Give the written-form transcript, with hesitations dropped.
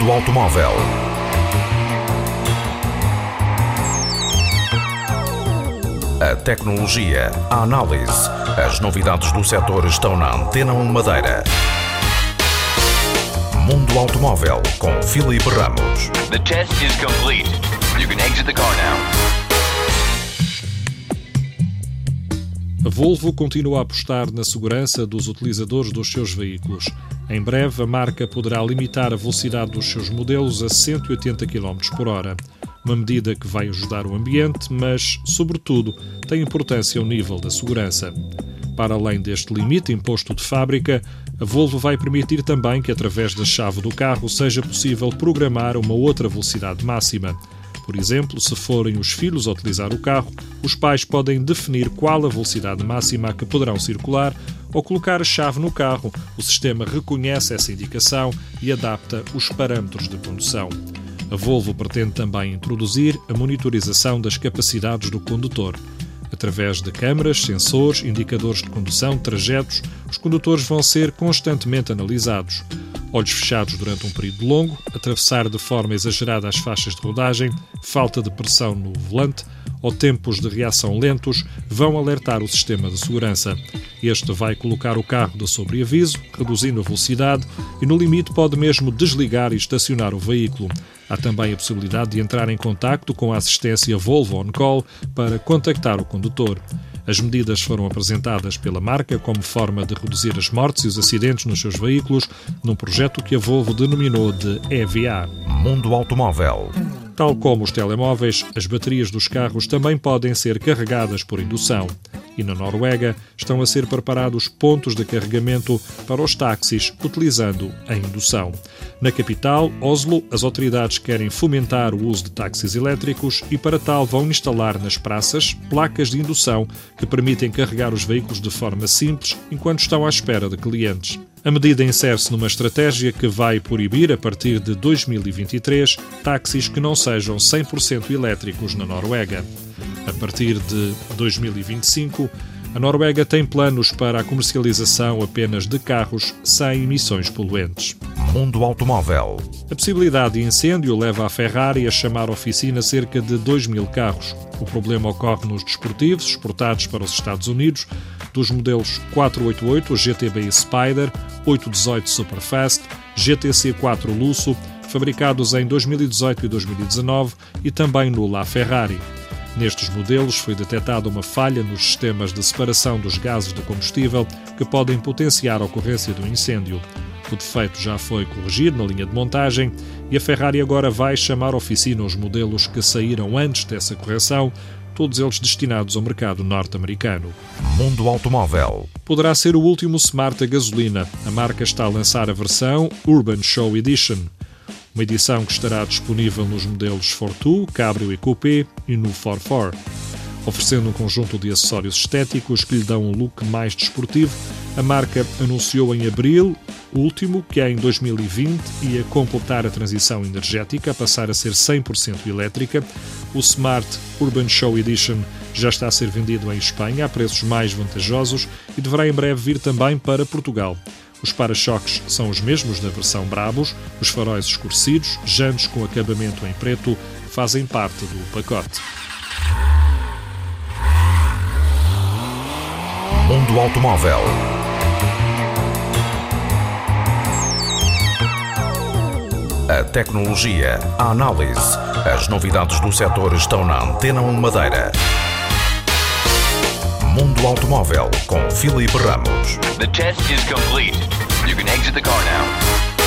Mundo Automóvel. A tecnologia, a análise, as novidades do setor estão na Antena 1 Madeira. Mundo Automóvel com Filipe Ramos. The test is complete. You can exit the car now. A Volvo continua a apostar na segurança dos utilizadores dos seus veículos. Em breve, a marca poderá limitar a velocidade dos seus modelos a 180 km por hora. Uma medida que vai ajudar o ambiente, mas, sobretudo, tem importância ao nível da segurança. Para além deste limite imposto de fábrica, a Volvo vai permitir também que, através da chave do carro, seja possível programar uma outra velocidade máxima. Por exemplo, se forem os filhos a utilizar o carro, os pais podem definir qual a velocidade máxima a que poderão circular ou colocar a chave no carro. O sistema reconhece essa indicação e adapta os parâmetros de condução. A Volvo pretende também introduzir a monitorização das capacidades do condutor. Através de câmaras, sensores, indicadores de condução, trajetos, os condutores vão ser constantemente analisados. Olhos fechados durante um período longo, atravessar de forma exagerada as faixas de rodagem, falta de pressão no volante ou tempos de reação lentos vão alertar o sistema de segurança. Este vai colocar o carro de sobreaviso, reduzindo a velocidade e, no limite, pode mesmo desligar e estacionar o veículo. Há também a possibilidade de entrar em contacto com a assistência Volvo On Call para contactar o condutor. As medidas foram apresentadas pela marca como forma de reduzir as mortes e os acidentes nos seus veículos, num projeto que a Volvo denominou de EVA. Mundo Automóvel. Tal como os telemóveis, as baterias dos carros também podem ser carregadas por indução. E na Noruega estão a ser preparados pontos de carregamento para os táxis utilizando a indução. Na capital, Oslo, as autoridades querem fomentar o uso de táxis elétricos e para tal vão instalar nas praças placas de indução que permitem carregar os veículos de forma simples enquanto estão à espera de clientes. A medida insere-se numa estratégia que vai proibir, a partir de 2023, táxis que não sejam 100% elétricos na Noruega. A partir de 2025, a Noruega tem planos para a comercialização apenas de carros sem emissões poluentes. Mundo Automóvel. A possibilidade de incêndio leva a Ferrari a chamar à oficina cerca de 2.000 carros. O problema ocorre nos desportivos exportados para os Estados Unidos, dos modelos 488 GTB Spider, 818 Superfast, GTC4 Lusso, fabricados em 2018 e 2019, e também no LaFerrari. Nestes modelos foi detectada uma falha nos sistemas de separação dos gases do combustível que podem potenciar a ocorrência do incêndio. O defeito já foi corrigido na linha de montagem e a Ferrari agora vai chamar à oficina os modelos que saíram antes dessa correção, todos eles destinados ao mercado norte-americano. Mundo Automóvel. Poderá ser o último Smart a gasolina. A marca está a lançar a versão Urban Show Edition. Uma edição que estará disponível nos modelos Fortwo, Cabrio e Coupé e no 4x4. Oferecendo um conjunto de acessórios estéticos que lhe dão um look mais desportivo, a marca anunciou em abril último que em 2020 ia completar a transição energética a passar a ser 100% elétrica. O Smart Urban Show Edition já está a ser vendido em Espanha a preços mais vantajosos e deverá em breve vir também para Portugal. Os para-choques são os mesmos da versão Brabus, os faróis escurecidos, jantes com acabamento em preto, fazem parte do pacote. Mundo Automóvel. A tecnologia, a análise, as novidades do setor estão na Antena 1 Madeira. Mundo Automóvel com Filipe Ramos. The test is complete. You can exit the car now.